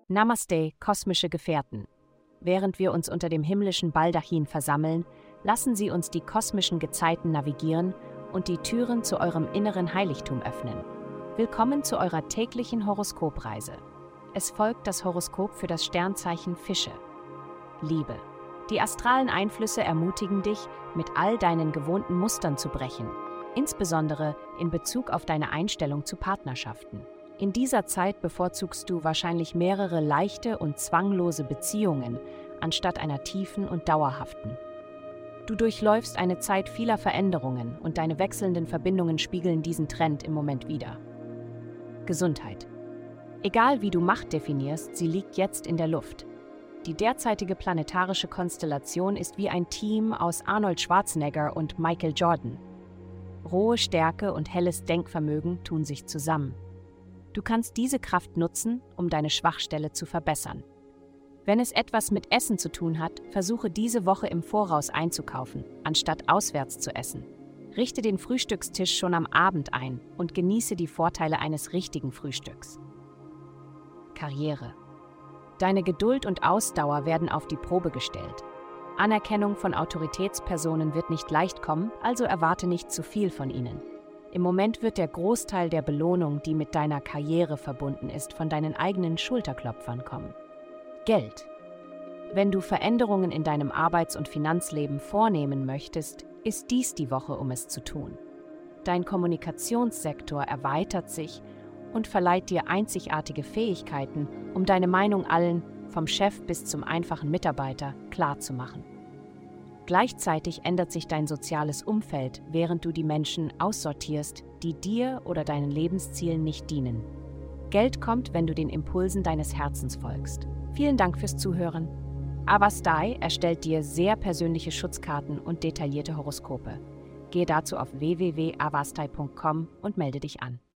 Namaste, kosmische Gefährten. Während wir uns unter dem himmlischen Baldachin versammeln, lassen Sie uns die kosmischen Gezeiten navigieren und die Türen zu eurem inneren Heiligtum öffnen. Willkommen zu eurer täglichen Horoskopreise. Es folgt das Horoskop für das Sternzeichen Fische. Liebe. Die astralen Einflüsse ermutigen dich, mit all deinen gewohnten Mustern zu brechen, insbesondere in Bezug auf deine Einstellung zu Partnerschaften. In dieser Zeit bevorzugst du wahrscheinlich mehrere leichte und zwanglose Beziehungen anstatt einer tiefen und dauerhaften. Du durchläufst eine Zeit vieler Veränderungen und deine wechselnden Verbindungen spiegeln diesen Trend im Moment wider. Gesundheit. Egal wie du Macht definierst, sie liegt jetzt in der Luft. Die derzeitige planetarische Konstellation ist wie ein Team aus Arnold Schwarzenegger und Michael Jordan. Rohe Stärke und helles Denkvermögen tun sich zusammen. Du kannst diese Kraft nutzen, um deine Schwachstelle zu verbessern. Wenn es etwas mit Essen zu tun hat, versuche diese Woche im Voraus einzukaufen, anstatt auswärts zu essen. Richte den Frühstückstisch schon am Abend ein und genieße die Vorteile eines richtigen Frühstücks. Karriere. Deine Geduld und Ausdauer werden auf die Probe gestellt. Anerkennung von Autoritätspersonen wird nicht leicht kommen, also erwarte nicht zu viel von ihnen. Im Moment wird der Großteil der Belohnung, die mit deiner Karriere verbunden ist, von deinen eigenen Schulterklopfern kommen. Geld. Wenn du Veränderungen in deinem Arbeits- und Finanzleben vornehmen möchtest, ist dies die Woche, um es zu tun. Dein Kommunikationssektor erweitert sich und verleiht dir einzigartige Fähigkeiten, um deine Meinung allen, vom Chef bis zum einfachen Mitarbeiter, klarzumachen. Gleichzeitig ändert sich dein soziales Umfeld, während du die Menschen aussortierst, die dir oder deinen Lebenszielen nicht dienen. Geld kommt, wenn du den Impulsen deines Herzens folgst. Vielen Dank fürs Zuhören. Avastai erstellt dir sehr persönliche Schutzkarten und detaillierte Horoskope. Gehe dazu auf www.avastai.com und melde dich an.